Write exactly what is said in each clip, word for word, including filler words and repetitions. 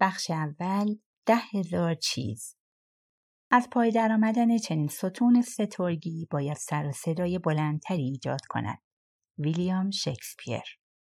بخش اول، ده هزار چیز. از پای در آمدن چنین ستون سترگی باید سر و صدای بلندتری ایجاد کند. ویلیام شکسپیر.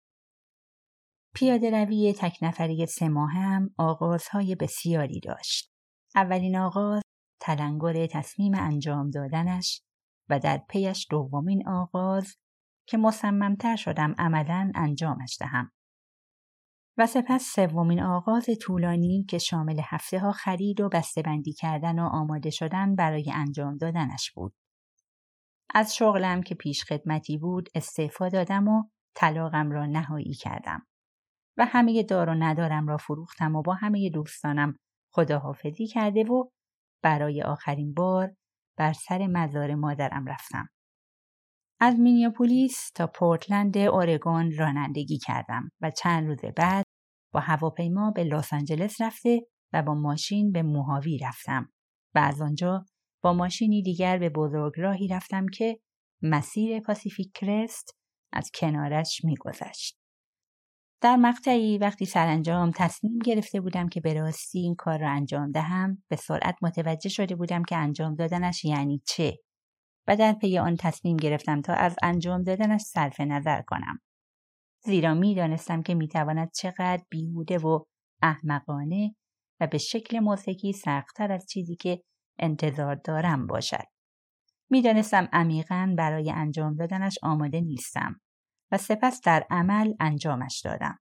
پیاده روی تک نفری سه ماهه هم آغازهای بسیاری داشت. اولین آغاز تلنگر تصمیم انجام دادنش و در پیش دومین آغاز که مصممتر شدم عملاً انجامش دهم. و سپس سومین آغاز طولانی که شامل هفته ها خرید و بسته‌بندی کردن و آماده شدن برای انجام دادنش بود. از شغلم که پیش خدمتی بود استعفا دادم و طلاقم را نهایی کردم و همه دار و ندارم را فروختم و با همه دوستانم خداحافظی کرده و برای آخرین بار بر سر مزار مادرم رفتم. از مینیاپولیس تا پورتلند اورگون رانندگی کردم و چند روز بعد با هواپیما به لس آنجلس رفته و با ماشین به موهاوی رفتم و از آنجا با ماشینی دیگر به بزرگراهی رفتم که مسیر پاسیفیک کرست از کنارش می‌گذشت. در مقطعی وقتی سرانجام تصمیم گرفته بودم که به راستی این کار را انجام دهم، به سرعت متوجه شده بودم که انجام دادنش یعنی چه و در پی آن تصمیم گرفتم تا از انجام دادنش صرف نظر کنم. زیرا می دانستم که می تواند چقدر بیهوده و احمقانه و به شکل موسیقی سخت‌تر از چیزی که انتظار دارم باشد. می دانستم عمیقاً برای انجام دادنش آماده نیستم و سپس در عمل انجامش دادم.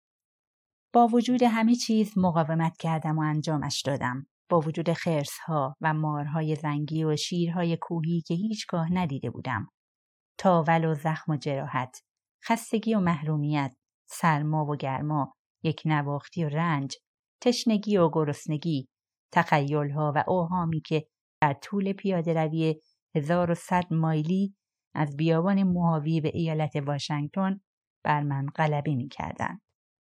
با وجود همه چیز مقاومت کردم و انجامش دادم. با وجود خرس‌ها و مارهای زنگی و شیرهای کوهی که هیچگاه ندیده بودم. تاول و زخم و جراحت، خستگی و محرومیت، سرما و گرما، یک نواختی و رنج، تشنگی و گرسنگی، تخیل‌ها و اوهامی که در طول پیاده روی هزار و صد مایلی از بیابان موهاوی به ایالت واشنگتن بر من غلبه می‌کردند.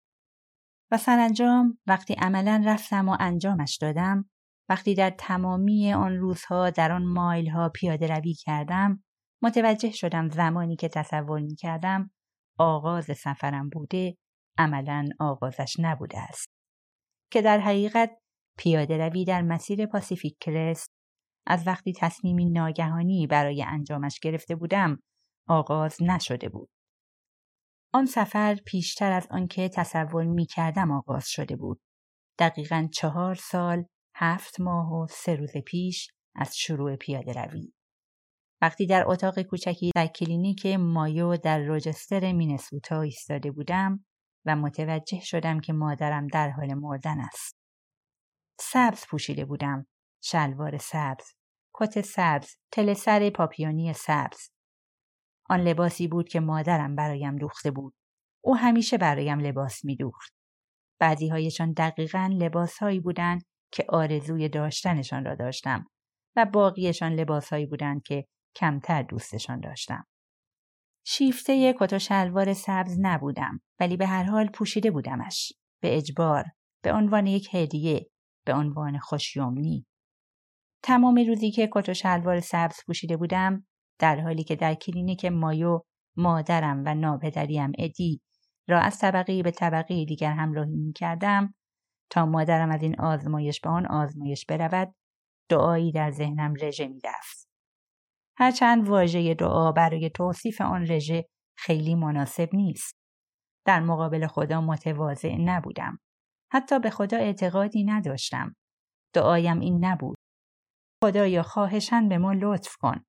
و سرانجام وقتی عملاً رفتم و انجامش دادم، وقتی در تمامی آن روزها در آن مایل‌ها پیاده روی کردم، متوجه شدم زمانی که تصور می‌کردم آغاز سفرم بوده، عملاً آغازش نبوده است. که در حقیقت پیاده روی در مسیر پاسیفیک کرست از وقتی تصمیمی ناگهانی برای انجامش گرفته بودم، آغاز نشده بود. آن سفر پیشتر از آن که تصور می‌کردم آغاز شده بود. دقیقاً چهار سال، هفت ماه و سه روز پیش از شروع پیاده روی. وقتی در اتاق کوچکی در کلینیک مایو در روچستر مینسوتا ایستاده بودم و متوجه شدم که مادرم در حال مردن است. سبز پوشیده بودم، شلوار سبز، کت سبز، تله سر پاپیونی سبز. آن لباسی بود که مادرم برایم دوخته بود. او همیشه برایم لباس می دوخت. بعضی هایشان دقیقاً لباس هایی بودند که آرزوی داشتنشان را داشتم و باقیشان لباس هایی بودند که کمتر دوستشان داشتم. شیفته کت و شلوار سبز نبودم، ولی به هر حال پوشیده بودمش. به اجبار، به عنوان یک هدیه، به عنوان خوشیومنی. تمام روزی که کت و شلوار سبز پوشیده بودم، در حالی که در کلینیک مایو مادرم و ناپدریم ادی را از طبقه به طبقه دیگر همراهی می کردم تا مادرم از این آزمایش به آن آزمایش برود، دعایی در ذهنم رژه می رفت. هرچند واژه دعا برای توصیف آن رژه خیلی مناسب نیست. در مقابل خدا متواضع نبودم. حتی به خدا اعتقادی نداشتم. دعایم این نبود. خدایا خواهشاً به ما لطف کن.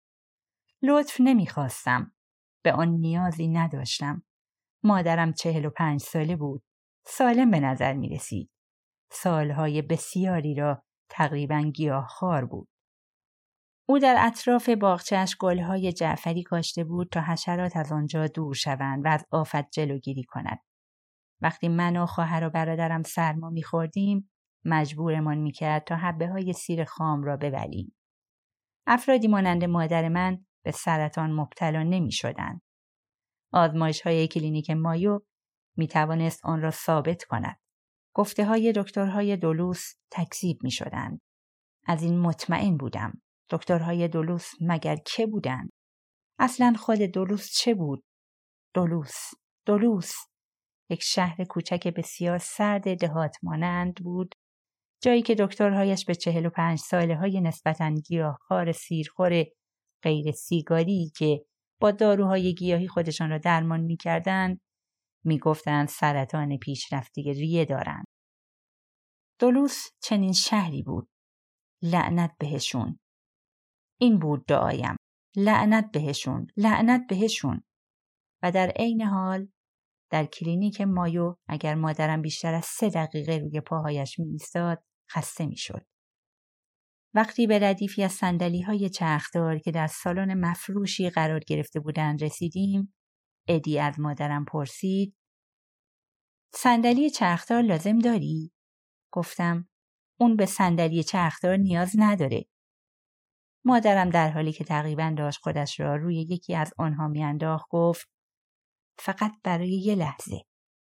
لطف نمیخواستم. به آن نیازی نداشتم. مادرم چهل و پنج ساله بود. سالم به نظر می رسید. سالهای بسیاری را تقریباً گیاهخوار بود. او در اطراف باغچه‌اش گلهای جعفری کاشته بود تا حشرات از آنجا دور شوند و از آفت جلوگیری کند. وقتی من و خواهر و برادرم سرما می‌خوردیم، مجبورمان می‌کرد تا حبه‌های سیر خام را ببلیم. افرادی مانند مادر من به سرطان مبتلا نمی‌شدند. آزمایش‌های کلینیک مایو می‌توانست آن را ثابت کند. گفته‌های دکترهای دولوس تکذیب می‌شدند. از این مطمئن بودم. دکترهای دولوس مگر که بودند؟ اصلاً خود دولوس چه بود؟ دولوس، دولوس. یک شهر کوچک بسیار سرد دهات مانند بود، جایی که دکترهایش به چهل و پنج ساله های نسبتاً گیاهخوار سیرخور غیر سیگاری که با داروهای گیاهی خودشان را درمان می‌کردند می‌گفتند سرطان پیشرفته ریه دارند. دولوس چنین شهری بود. لعنت بهشون. این بود دعایم. لعنت بهشون. لعنت بهشون. و در عین حال در کلینیک مایو اگر مادرم بیشتر از سه دقیقه روی پاهایش می ایستاد خسته می شد. وقتی به ردیفی از صندلی‌های چرخدار که در سالن مفروشی قرار گرفته بودند رسیدیم، ادی از مادرم پرسید: صندلی چرخدار لازم داری؟ گفتم: اون به صندلی چرخدار نیاز نداره. مادرم در حالی که تقریباً داشت خودش را روی یکی از آنها میانداخت گفت: فقط برای یه لحظه.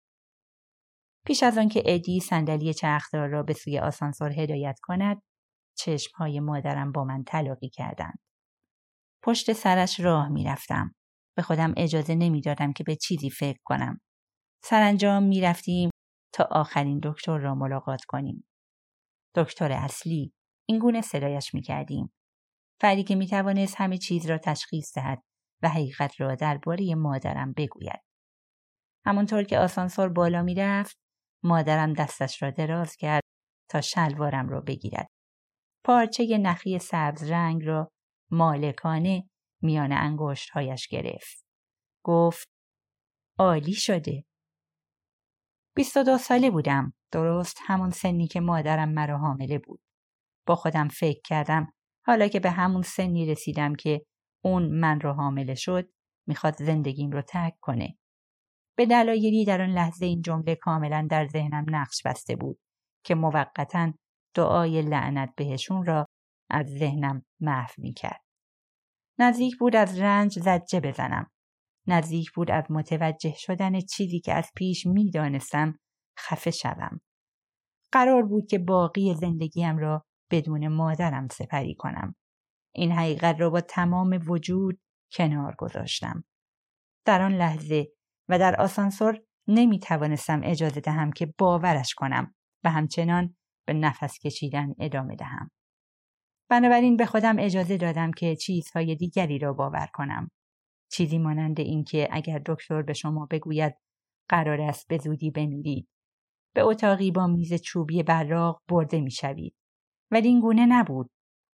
پیش از آن که ادی صندلی چرخدار را به سوی آسانسور هدایت کند، چشمهای مادرم با من تلاقی کردند. پشت سرش راه می رفتم. به خودم اجازه نمی دادم که به چیزی فکر کنم. سرانجام می رفتیم تا آخرین دکتر را ملاقات کنیم. دکتر اصلی، این گونه صدایش می کردیم. فردی که می توانست همه چیز را تشخیص دهد و حقیقت را درباره مادرم بگوید. همانطور که آسانسور بالا می رفت، مادرم دستش را دراز کرد تا شلوارم را بگیرد. پارچه نخی سبز رنگ را مالکانه میان انگشت‌هایش گرفت. گفت: عالی شده. بیست و دو ساله بودم، درست همون سنی که مادرم مرا حامله بود. با خودم فکر کردم حالا که به همون سنی رسیدم که اون من رو حامله شد، میخواد زندگیم رو ترک کنه. به دلایلی در آن لحظه این جمله کاملا در ذهنم نقش بسته بود که موقتاً دعای لعنت بهشون را از ذهنم محو میکرد. نزدیک بود از رنج زجه بزنم. نزدیک بود از متوجه شدن چیزی که از پیش میدانستم خفه شدم. قرار بود که باقی زندگیم را بدون مادرم سپری کنم. این حقیقت را با تمام وجود کنار گذاشتم. در آن لحظه و در آسانسور نمی توانستم اجازه دهم که باورش کنم و همچنان به نفس کشیدن ادامه دهم. بنابراین به خودم اجازه دادم که چیزهای دیگری را باور کنم. چیزی مانند این که اگر دکتر به شما بگوید قرار است به زودی بمیرید، به اتاقی با میز چوبی براق برده می شوید. ولی این گونه نبود.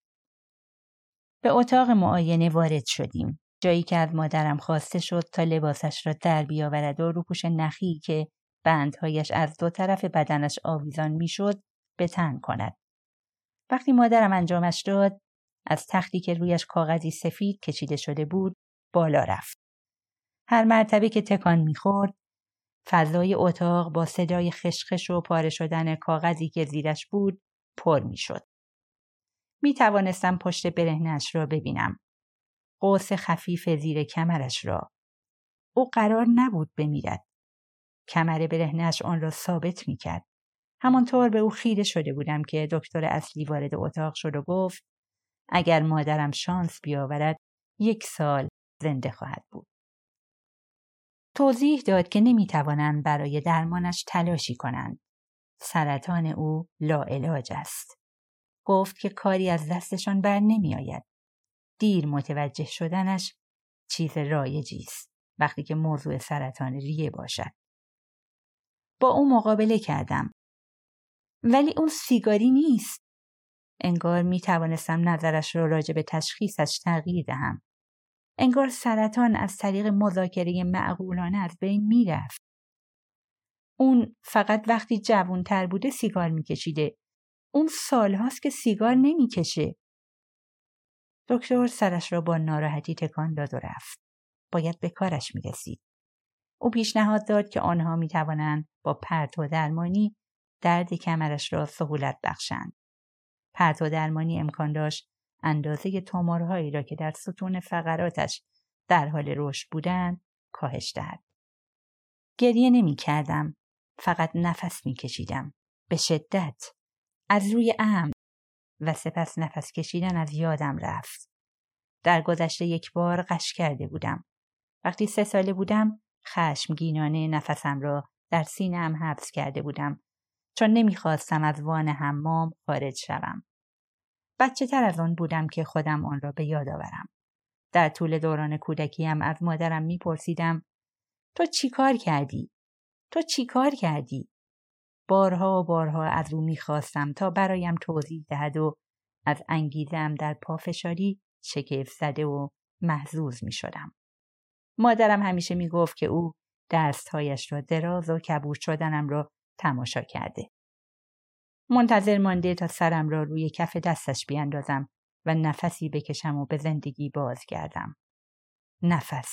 به اتاق معاینه وارد شدیم. جایی که از مادرم خواسته شد تا لباسش را در بیاورد و روپوش نخی که بندهایش از دو طرف بدنش آویزان می شد به تن کند. وقتی مادرم انجامش داد، از تختی که رویش کاغذی سفید کشیده شده بود بالا رفت. هر مرتبه که تکان می خورد، فضای اتاق با صدای خشخش و پاره شدن کاغذی که زیرش بود پر می شد. می توانستم پشت برهنه‌اش را ببینم. قوس خفیف زیر کمرش را. او قرار نبود بمیرد. کمر برهنه‌اش آن را ثابت می کرد. همانطور به او خیره شده بودم که دکتر اصلی وارد اتاق شد و گفت: اگر مادرم شانس بیاورد یک سال زنده خواهد بود. توضیح داد که نمی توانند برای درمانش تلاشی کنند. سرطان او لاعلاج است. گفت که کاری از دستشان بر نمی آید. دیر متوجه شدنش چیز رایجی است وقتی که موضوع سرطان ریه باشد. با او مقابله کردم. ولی اون سیگاری نیست. انگار می توانستم نظرش را راجع به تشخیصش تغییر دهم. انگار سرطان از طریق مذاکره معقولانه از بین می رفت. اون فقط وقتی جوان‌تر بوده سیگار می کشیده. اون سالهاست که سیگار نمی کشه. دکتر سرش را با ناراحتی تکان داد و رفت. باید به کارش می رسید. او پیشنهاد داد که آنها می توانند با پرتو درمانی درد کمرش را سهولت بخشند. پرتو درمانی امکان داشت اندازه تومورهایی را که در ستون فقراتش در حال رشد بودند کاهش دهد. گریه نمی کردم. فقط نفس می کشیدم. به شدت. از روی عمد. و سپس نفس کشیدن از یادم رفت. در گذشته یک بار غش کرده بودم. وقتی سه ساله بودم خشمگینانه نفسم را در سینه‌ام حبس کرده بودم چون نمیخواستم از وان حمام خارج شوم. بچه تر از آن بودم که خودم آن را به یاد آورم. در طول دوران کودکیم از مادرم میپرسیدم تو چی کار کردی؟ تو چی کار کردی؟ بارها و بارها از او میخواستم تا برایم توضیح دهد و از انگیزه‌ام در پافشاری شگفت زده و محظوظ میشدم. مادرم همیشه میگفت که او دستهایش را دراز و کبود شدنم را تماشا کرده. منتظر مانده تا سرم را روی کف دستش بیاندازم و نفسی بکشم و به زندگی بازگردم. نفس.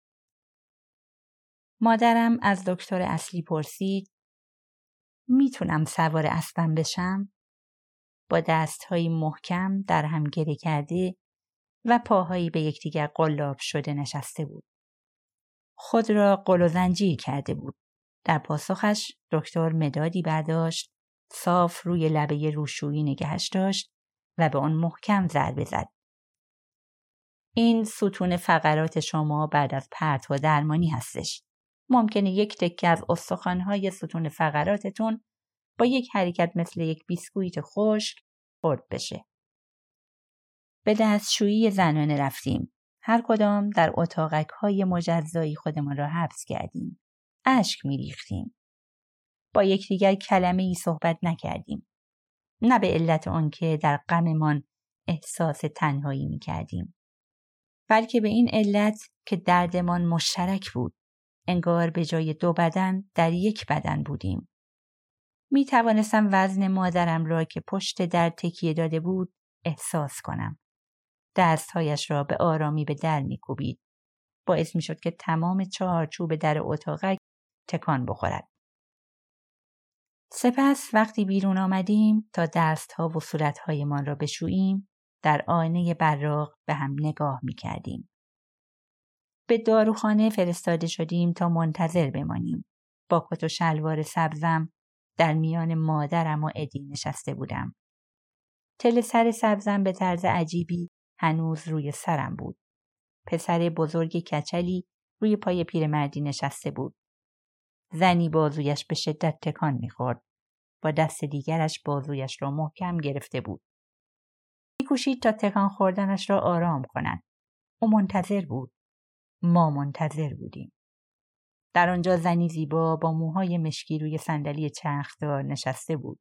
مادرم از دکتر اصلی پرسید میتونم سوار اسبم بشم؟ با دستهایی محکم در هم گره کرده و پاهایی به یکدیگر قلاب شده نشسته بود. خود را قل و زنجیر کرده بود. در پاسخش دکتر مدادی برداشت، صاف روی لبه روشویی نگهش داشت و به آن محکم ضربه زد. این ستون فقرات شما بعد از پرتو درمانی هستش. ممکنه یک تکه از استخوان‌های ستون فقراتتون با یک حرکت مثل یک بیسکویت خشک خرد بشه. به دستشویی زنانه رفتیم. هر کدام در اتاقک‌های مجزایی خودمان را حبس کردیم. اشک می‌ریختیم. با یکدیگر کلمه‌ای صحبت نکردیم. نه به علت آنکه در غممان احساس تنهایی می‌کردیم، بلکه به این علت که دردمان مشترک بود. انگار به جای دو بدن در یک بدن بودیم. می توانستم وزن مادرم را که پشت در تکیه داده بود احساس کنم. دستهایش را به آرامی به در می کوبید. باعث می شد که تمام چهارچوب در اتاقک تکان بخورد. سپس وقتی بیرون آمدیم تا دستها و صورتهایمان را بشوییم، در آینه براق به هم نگاه می کردیم. به داروخانه فرستاده شدیم تا منتظر بمانیم. با کت و شلوار سبزم در میان مادرم و ادی نشسته بودم. تل سر سبزم به طرز عجیبی هنوز روی سرم بود. پسر بزرگ کچلی روی پای پیرمردی نشسته بود. زنی بازویش به شدت تکان می‌خورد. با دست دیگرش بازویش را محکم گرفته بود. می‌کوشید تا تکان خوردنش را آرام کند. او منتظر بود. ما منتظر بودیم. در آنجا زنی زیبا با موهای مشکی روی صندلی چرخدار نشسته بود.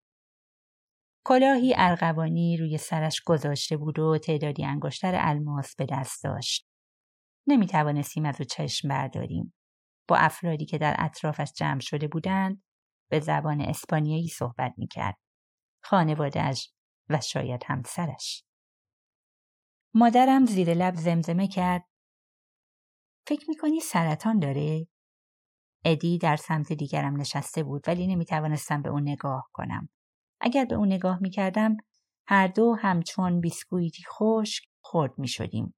کلاهی ارغوانی روی سرش گذاشته بود و تعدادی انگشتر الماس به دست داشت. نمی توانستیم از او چشم برداریم. با افرادی که در اطرافش جمع شده بودند به زبان اسپانیایی صحبت می کرد. خانواده‌اش و شاید همسرش. مادرم زیر لب زمزمه کرد فکر می کنی سرطان داره؟ ادی در سمت دیگرم نشسته بود ولی نمی توانستم به اون نگاه کنم. اگر به اون نگاه می کردم هر دو همچون بیسکویتی خشک خرد می شدیم.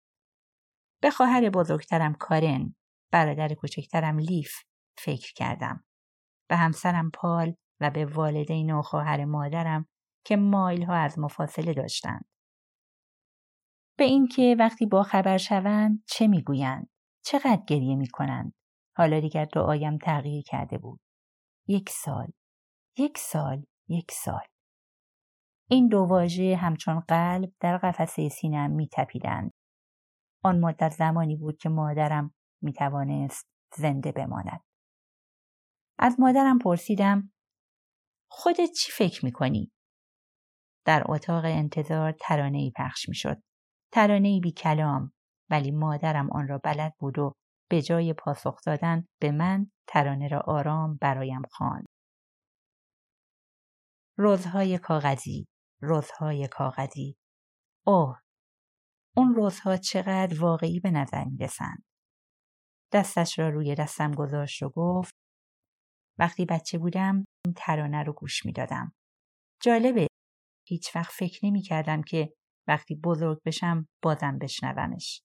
به خواهر بزرگترم کارن، برادر کوچکترم لیف فکر کردم. به همسرم پال و به والدین و خواهر مادرم که مایل ها از مفاصله داشتند. به این که وقتی با خبر شوند چه می گویند؟ چقدر گریه می کنند؟ حالا دیگر دعایم تغییر کرده بود. یک سال، یک سال، یک سال. این دو واژه همچون قلب در قفسه سینه‌ام می تپیدند. آن مدت زمانی بود که مادرم می توانست زنده بماند. از مادرم پرسیدم خودت چی فکر می کنی؟ در اتاق انتظار ترانه‌ای پخش می شد. ترانه‌ای بی کلام، ولی مادرم آن را بلد بود و به جای پاسخ دادن به من ترانه را آرام برایم خواند. رزهای کاغذی، رزهای کاغذی. اوه، اون رزها چقدر واقعی به نظر می رسند. دستش را روی دستم گذاشت و گفت وقتی بچه بودم این ترانه رو گوش می دادم. جالبه، هیچ وقت فکر نمی کردم که وقتی بزرگ بشم بازم بشنومش.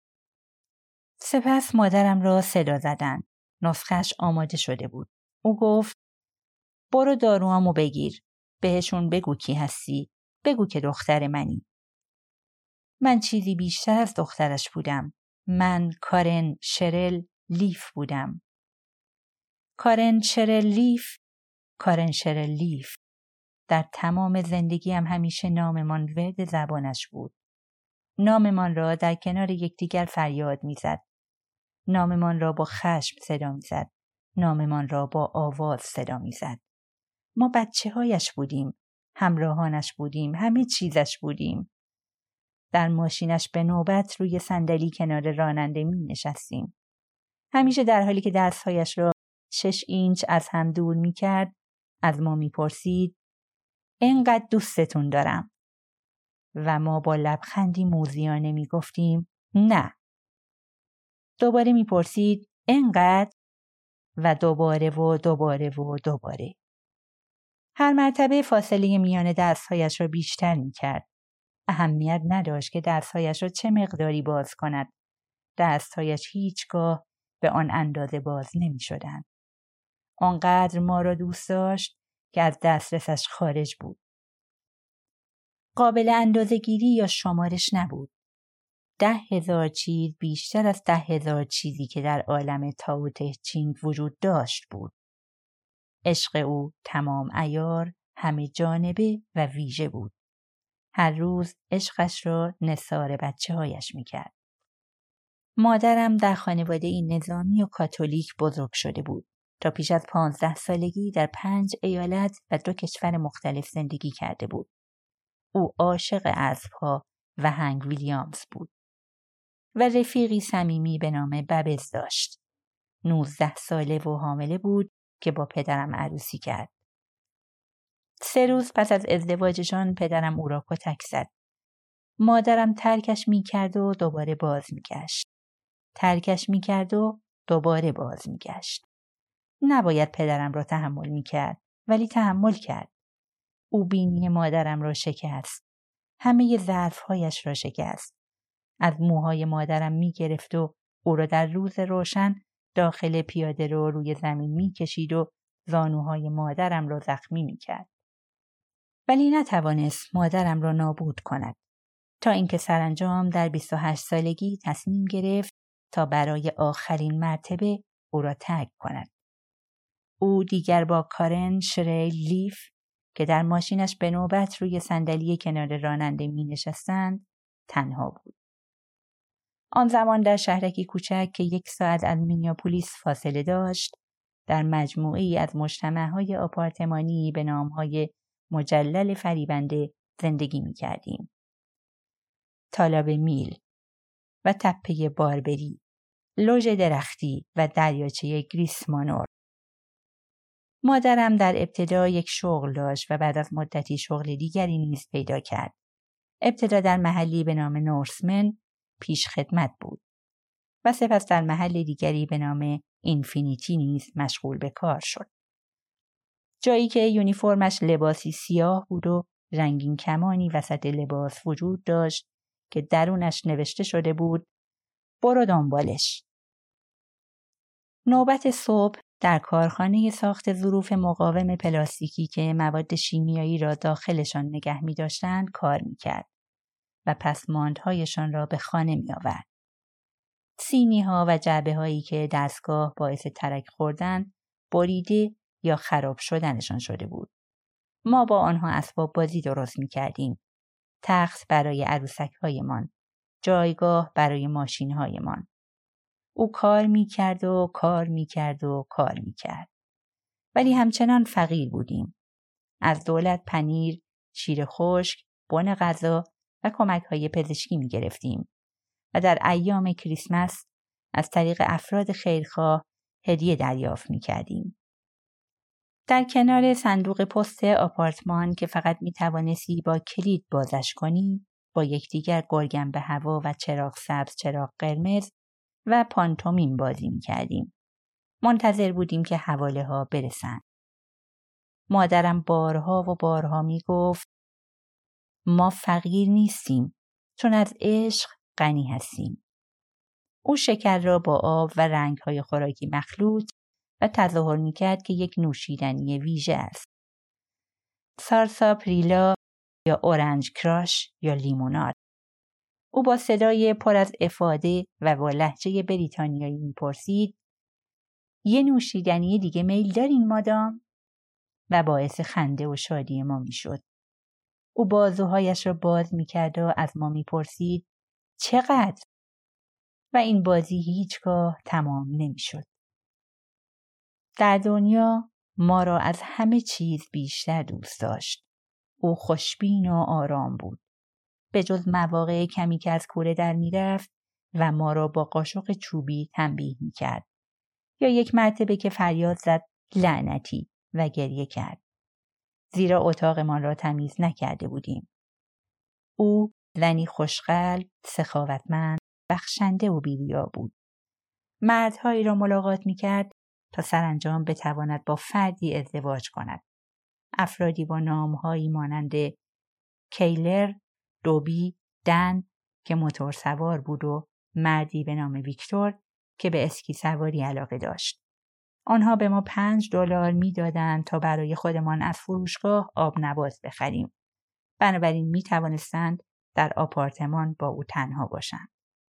سپس مادرم را صدا زدن. نسخش آماده شده بود. او گفت برو داروامو بگیر. بهشون بگو کی هستی. بگو که دختر منی. من چیزی بیشتر از دخترش بودم. من کارن شرل لیف بودم. کارن شرلیف، کارن شرلیف. در تمام زندگی هم همیشه ناممان ورد زبانش بود. ناممان را در کنار یکدیگر فریاد می‌زد. ناممان را با خشم صدا می‌زد. ناممان را با آواز صدا می‌زد. ما بچه‌هایش بودیم، همراهانش بودیم، همه چیزش بودیم. در ماشینش به نوبت روی صندلی کنار راننده می‌نشستیم. همیشه در حالی که دست‌هایش را شش اینچ از هم دور می‌کرد، از ما می‌پرسید: اینقدر دوستتون دارم. و ما با لبخندی موذیانه می‌گفتیم: نه. دوباره می‌پرسید: اینقدر؟ و دوباره و دوباره و دوباره. هر مرتبه فاصله میان دست‌هایش را بیشتر می‌کرد. اهمیت نداشت که دست‌هایش را چه مقداری باز کند. دست‌هایش هیچگاه به آن اندازه باز نمی‌شدند. آنقدر ما را دوست داشت که از دسترسش خارج بود. قابل اندازه‌گیری یا شمارش نبود. ده هزار چیز بیشتر از ده هزار چیزی که در عالم تائو ته چینگ وجود داشت بود. عشق او تمام عیار، همه جانبه و ویژه بود. هر روز عشقش را نثار بچه‌هایش می‌کرد. مادرم در خانواده نظامی و کاتولیک بزرگ شده بود. تا پیش از پانزده سالگی در پنج ایالت و دو کشور مختلف زندگی کرده بود. او عاشق اسب‌ها و هنگ ویلیامز بود و رفیقی صمیمی به نام ببز داشت. نوزده ساله و حامله بود که با پدرم عروسی کرد. سه روز پس از ازدواجشان پدرم او را کتک زد. مادرم ترکش می‌کرد و دوباره باز می‌گشت. ترکش می‌کرد و دوباره باز می‌گشت. نباید پدرم را تحمل می‌کرد، ولی تحمل کرد. او بینی مادرم را شکست. همه ظرف‌هایش را شکست. از موهای مادرم می‌گرفت و او را در روز روشن داخل پیاده رو روی زمین می‌کشید و زانوهای مادرم را زخمی می‌کرد. ولی نتوانست مادرم را نابود کند. تا اینکه سرانجام در بیست و هشت سالگی تصمیم گرفت تا برای آخرین مرتبه او را ترک کند. او دیگر با کارن شرلیف که در ماشینش به نوبت روی صندلی کنار راننده می نشستند تنها بود. آن زمان در شهرکی کوچک که یک ساعت از مینیاپولیس فاصله داشت، در مجموعه‌ای از مجتمع‌های آپارتمانی به نام‌های مجلل فریبنده زندگی می کردیم. تالاب میل و تپه باربری، لوژ درختی و دریاچه گریس مانور. مادرم در ابتدا یک شغل داشت و بعد از مدتی شغل دیگری نیز پیدا کرد. ابتدا در محلی به نام نورسمن پیش خدمت بود و سپس در محل دیگری به نام اینفینیتی نیز مشغول به کار شد. جایی که یونیفرمش لباسی سیاه بود و رنگین کمانی وسط لباس وجود داشت که درونش نوشته شده بود: برو دنبالش. نوبت صبح در کارخانه ساخت ظروف مقاوم پلاستیکی که مواد شیمیایی را داخلشان نگه می داشتند کار می کرد و پسماندهایشان را به خانه می آورد. سینی ها و جعبه هایی که دستگاه باعث ترک خوردن، بریده یا خراب شدنشان شده بود. ما با آنها اسباب بازی درست می کردیم. تخت برای عروسک هایمان، جایگاه برای ماشین هایمان. او کار می کرد و کار می کرد و کار می کرد. ولی همچنان فقیر بودیم. از دولت پنیر، شیر خشک، بن غذا و کمک های پزشکی می گرفتیم و در ایام کریسمس از طریق افراد خیرخواه هدیه دریافت می کردیم. در کنار صندوق پست آپارتمان که فقط می توانستی با کلید بازش کنی، با یکدیگر گرگم به هوا و چراغ سبز چراغ قرمز و پانتومیم بازی می کردیم. منتظر بودیم که حواله ها برسند. مادرم بارها و بارها می گفت: ما فقیر نیستیم چون از عشق غنی هستیم. او شکر را با آب و رنگ‌های خوراکی مخلوط و تظاهر می کرد که یک نوشیدنی ویژه است. سارساپریلا یا اورنج کراش یا لیموناد. او با صدای پر از افاده و با لهجه بریتانیایی می پرسید: یه نوشیدنی دیگه میل دارین مادام؟ و باعث خنده و شادی ما میشد. او بازوهایش را باز میکرد و از ما میپرسید چقدر؟ و این بازی هیچگاه تمام نمیشد. در دنیا ما را از همه چیز بیشتر دوست داشت. او خوشبین و آرام بود. به جز مواقع کمی که از کوره در میرفت و ما را با قاشق چوبی تنبیه میکرد. یا یک مرتبه که فریاد زد لعنتی و گریه کرد. زیرا اتاقمان را تمیز نکرده بودیم. او زنی خوشقلب، سخاوتمند، بخشنده و بی‌ریا بود. مردهایی را ملاقات میکرد تا سرانجام بتواند با فردی ازدواج کند. افرادی با نامهایی مانند کیلر، دوبی، دن که موتور سوار بود و مردی به نام ویکتور که به اسکی سواری علاقه داشت. آنها به ما پنج دلار میدادند تا برای خودمان از فروشگاه آب نبات بخریم. بنابراین می توانستند در آپارتمان با او تنها باشند.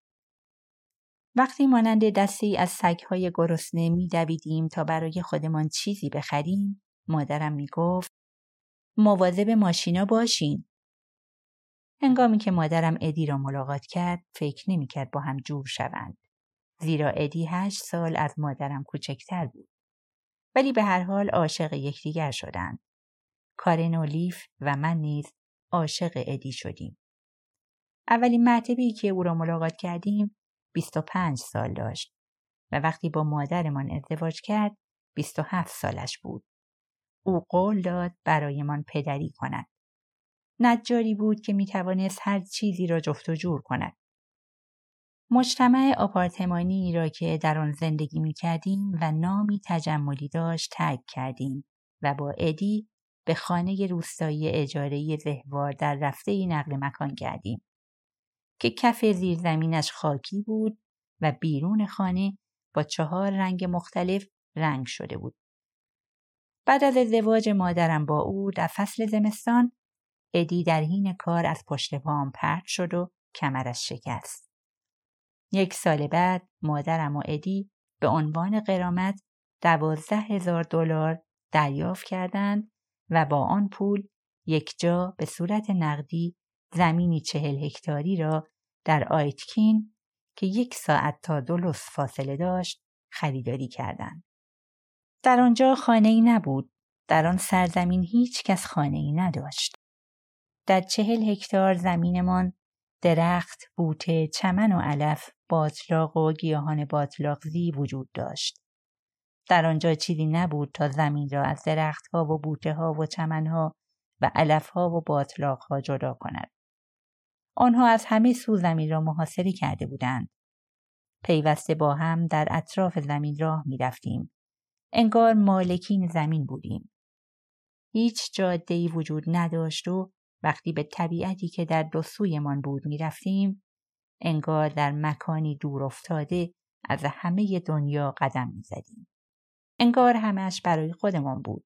وقتی مانند دستی از سگ‌های گرسنه می دویدیم تا برای خودمان چیزی بخریم، مادرم می گفت مواظب ماشینا باشین. هنگامی که مادرم ادی را ملاقات کرد، فکر نمی کرد با هم جور شوند. زیرا ادی هشت سال از مادرم کوچکتر بود. ولی به هر حال عاشق یکدیگر شدند. کارن و لیف و من نیز عاشق ادی شدیم. اولین مرتبه‌ای که او را ملاقات کردیم بیست و پنج سال داشت و وقتی با مادرمان ازدواج کرد بیست و هفت سالش بود. او قول داد برایمان پدری کند. نجاری بود که می توانست هر چیزی را جفت و جور کند. مجتمع آپارتمانی را که در آن زندگی می کردیم و نامی تجملی داشت ترک کردیم و با ادی به خانه روستایی اجاره‌ای زهوار در رفته‌ای نقل مکان کردیم که کف زیرزمینش خاکی بود و بیرون خانه با چهار رنگ مختلف رنگ شده بود. بعد از ازدواج مادرم با او در فصل زمستان، ادی در حین کار از پشت پام پرت شد و کمرش شکست. یک سال بعد مادرم و ادی به عنوان غرامت دوازده هزار دلار دریافت کردند و با آن پول یک جا به صورت نقدی زمینی چهل هکتاری را در آیتکین که یک ساعت تا دولوس فاصله داشت خریداری کردند. در آنجا خانه‌ای نبود. در آن سرزمین هیچ کس خانه‌ای نداشت. در چهل هکتار زمینمان درخت، بوته، چمن و علف، باتلاق و گیاهان باتلاقزی وجود داشت. در آنجا چیزی نبود تا زمین را از درختها و بوته‌ها و چمنها و علفها و باتلاقها جدا کند. آنها از همه سو زمین را محاصره کرده بودند. پیوسته با هم در اطراف زمین راه می رفتیم. انگار مالکین زمین بودیم. هیچ جاده‌ای وجود نداشت و وقتی به طبیعتی که در دو سویمان بود می رفتیم، انگار در مکانی دور افتاده از همه دنیا قدم می زدیم. انگار همش برای خودمان بود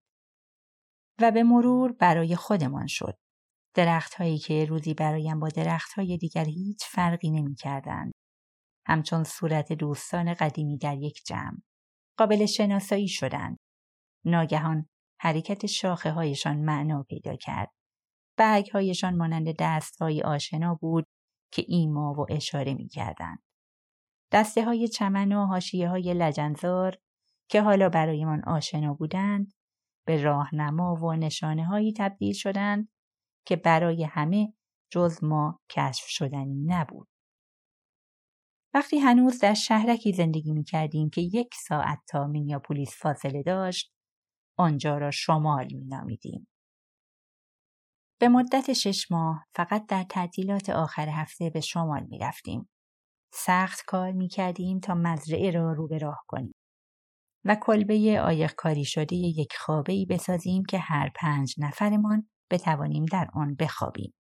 و به مرور برای خودمان شد. درخت‌هایی که روزی برایم با درخت‌های دیگر هیچ فرقی نمی‌کردند. همچون صورت دوستان قدیمی در یک جمع. قابل شناسایی شدند. ناگهان حرکت شاخه‌هایشان معنا پیدا کرد. برگ‌هایشان مانند دست‌های آشنا بود که ایما و اشاره می‌کردند. دسته‌های چمن و حاشیه‌های لجنزار که حالا برایمان آشنا بودند، به راهنما و نشانه‌هایی تبدیل شدند که برای همه جز ما کشف شدنی نبود. وقتی هنوز در شهرکی زندگی می کردیم که یک ساعت تا مینیاپولیس فاصله داشت، آنجا را شمال می نامیدیم. به مدت شش ماه فقط در تعطیلات آخر هفته به شمال می رفتیم. سخت کار می کردیم تا مزرعه را رو به راه کنیم و کلبه آیق‌کاری شده یک خوابه‌ای بسازیم که هر پنج نفرمان بتوانیم در آن بخوابیم.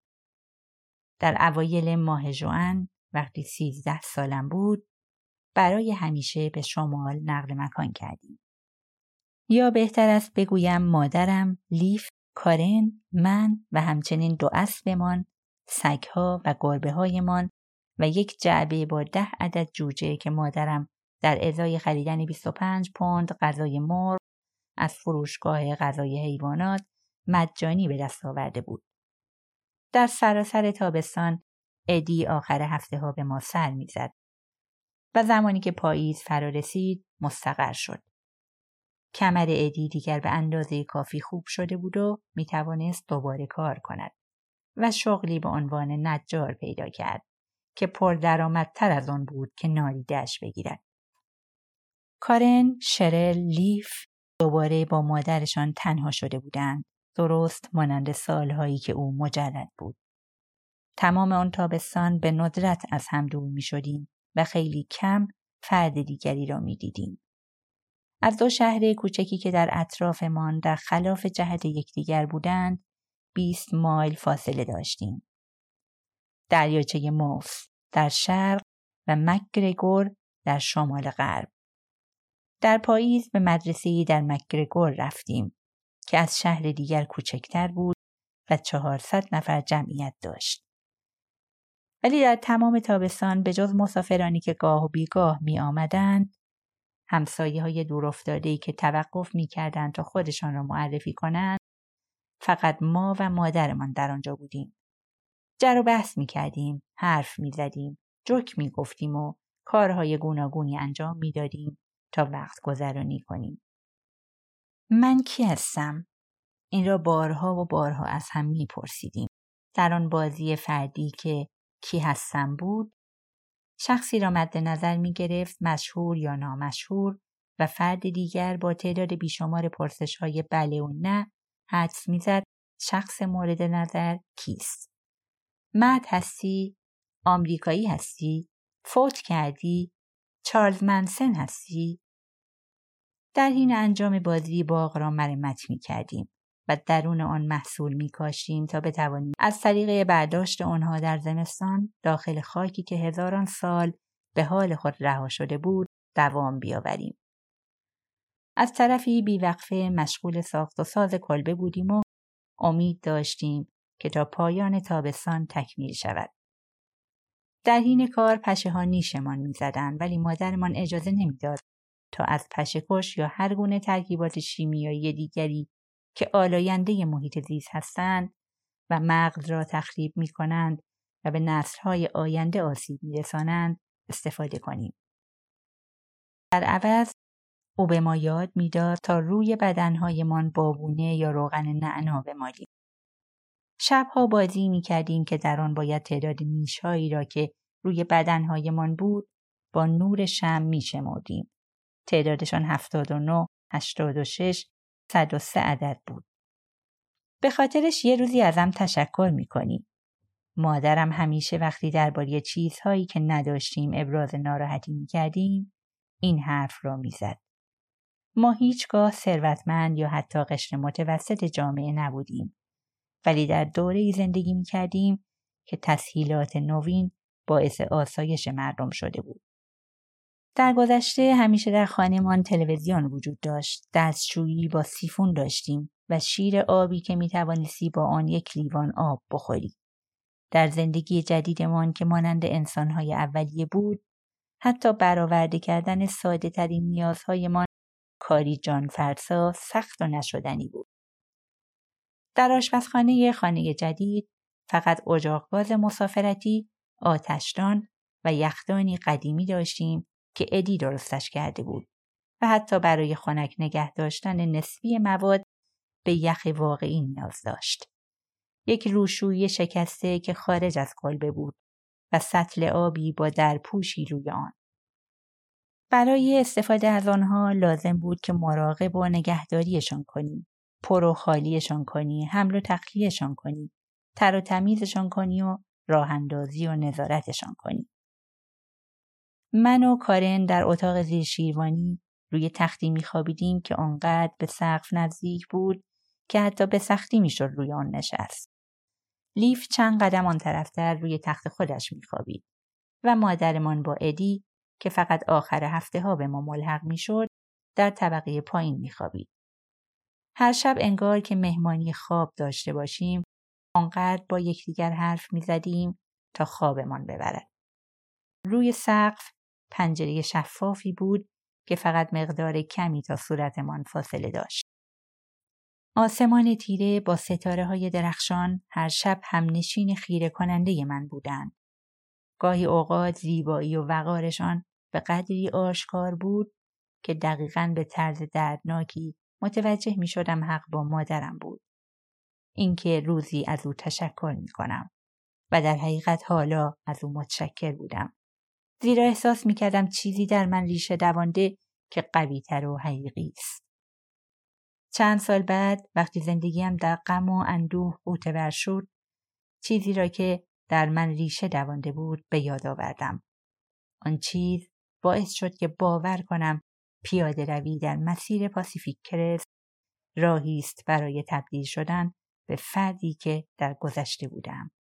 در اوایل ماه ژوئن وقتی سیزده سالم بود، برای همیشه به شمال نقل مکان کردیم. یا بهتر است بگویم مادرم، لیف، کارن، من و همچنین دو اسبمان، سگ‌ها و گربه‌هایمان و یک جعبه با ده عدد جوجه که مادرم در ازای خریدن بیست و پنج پوند غذای مرغ از فروشگاه غذای حیوانات مجانی به دست آورده بود. در سراسر تابستان ادی آخر هفته ها به ما سر میزد و زمانی که پاییز فرا رسید مستقر شد. کمر ادی دیگر به اندازه کافی خوب شده بود و می توانست دوباره کار کند و شغلی به عنوان نجار پیدا کرد که پردرآمدتر از آن بود که نالیده‌اش بگیرد. کارن، شرل، لیف دوباره با مادرشان تنها شده بودند، درست مانند سالهایی که او مجرد بود. تمام آن تابستان به ندرت از هم دور می شدیم و خیلی کم فرد دیگری را می دیدیم. از دو شهر کوچکی که در اطرافمان در خلاف جهت یکدیگر بودند، بیست مایل فاصله داشتیم. دریاچه موس در شرق و مکگرگور در شمال غرب. در پاییز به مدرسه‌ای در مکگرگور رفتیم که از شهر دیگر کوچکتر بود و چهارصد نفر جمعیت داشت. ولی در تمام تابستان به جز مسافرانی که گاه و بیگاه می آمدند، همسایه های دور افتاده‌ای که توقف می کردند تا خودشان را معرفی کنند، فقط ما و مادرمان در آنجا بودیم. جر و بحث می کردیم، حرف می زدیم، جوک می گفتیم و کارهای گوناگونی انجام می دادیم تا وقت گذرانی کنیم. من کی هستم؟ این را بارها و بارها از هم می پرسیدیم. در آن بازی فردی که کی هستم بود، شخصی را مد نظر می گرفت، مشهور یا نامشهور، و فرد دیگر با تعداد بیشمار پرسش های بله و نه حدس می زد شخص مورد نظر کیست. مرد هستی؟ آمریکایی هستی؟ فوت کردی؟ چارلز منسن هستی؟ در حین انجام بازی باغ را مرمت می کردیم و درون آن محصول می کاشیم تا بتوانیم از طریق برداشت آنها در زمستان داخل خاکی که هزاران سال به حال خود رها شده بود دوام بیاوریم. از طرفی بیوقفه مشغول ساخت و ساز کلبه بودیم و امید داشتیم که تا پایان تابستان تکمیل شود. در حین کار پشه ها نیشمان می زدن، ولی مادرمان اجازه نمی داد تا از پشه کش یا هر گونه ترکیبات شیمیایی دیگری که آلاینده محیط زیست هستند و مغز را تخریب می کنند و به نسل‌های آینده آسیب می رسانند استفاده کنیم. در عوض او به ما یاد می داد تا روی بدنهایمان بابونه یا روغن نعنا بمالیم. شبها بازی می کردیم که در آن باید تعداد نیش‌هایی را که روی بدنهایمان بود با نور شمع می شمردیم. تعدادشان هفتاد و نه، هشتاد و شش، صد و سه عدد بود. به خاطرش یه روزی ازم تشکر می کنی. مادرم همیشه وقتی درباره چیزهایی که نداشتیم ابراز ناراحتی می کردیم این حرف را می زد. ما هیچگاه ثروتمند یا حتی قشر متوسط جامعه نبودیم، ولی در دوره‌ای زندگی می کردیم که تسهیلات نوین باعث آسایش مردم شده بود. در گذشته همیشه در خانه‌مان تلویزیون وجود داشت، دستشویی با سیفون داشتیم و شیر آبی که می توانستی با آن یک لیوان آب بخوری. در زندگی جدیدمان که مانند انسان‌های اولیه بود، حتی برآورده کردن ساده ترین نیازهایمان کاری جانفرسا سخت و نشدنی بود. در آشپزخانه خانه جدید فقط اجاق‌گاز مسافرتی، آتشدان و یخدانی قدیمی داشتیم که ادی درستش کرده بود و حتی برای خنک نگه داشتن نسبی مواد به یخ واقعی نیاز داشت. یک روشویی شکسته که خارج از کلبه بود و سطل آبی با درپوشی روی آن. برای استفاده از آنها لازم بود که مراقب و نگهداریشان کنی، پر و خالیشان کنی، حمل و تخلیهشان کنی، تر و تمیزشان کنی و راه اندازی و نظارتشان کنی. من و کارن در اتاق زیر شیروانی روی تختی میخوابیدیم که آنقدر به سقف نزدیک بود که حتی به سختی میشد روی آن نشست. لیف چند قدم آن طرفتر روی تخت خودش میخوابید و مادرمان با ادی که فقط آخر هفته ها به ما ملحق میشد در طبقه پایین میخوابید. هر شب انگار که مهمانی خواب داشته باشیم آنقدر با یکدیگر حرف میزدیم تا خوابمان ببرد. روی سقف پنجره شفافی بود که فقط مقدار کمی تا صورتمان فاصله داشت. آسمان تیره با ستاره های درخشان هر شب هم نشین خیره کننده من بودند. گاهی اوقات زیبایی و وقارشان به قدری آشکار بود که دقیقاً به طرز دردناکی متوجه می شدم حق با مادرم بود. اینکه روزی از او تشکر می کنم و در حقیقت حالا از او متشکر بودم. زیرا احساس می کردم چیزی در من ریشه دوانده که قوی تر و حقیقی است. چند سال بعد وقتی زندگیم در غم و اندوه غوطه‌ور شد، چیزی را که در من ریشه دوانده بود به یاد آوردم. آن چیز باعث شد که باور کنم پیاده روی در مسیر پاسیفیک کرست راهی است برای تبدیل شدن به فردی که در گذشته بودم.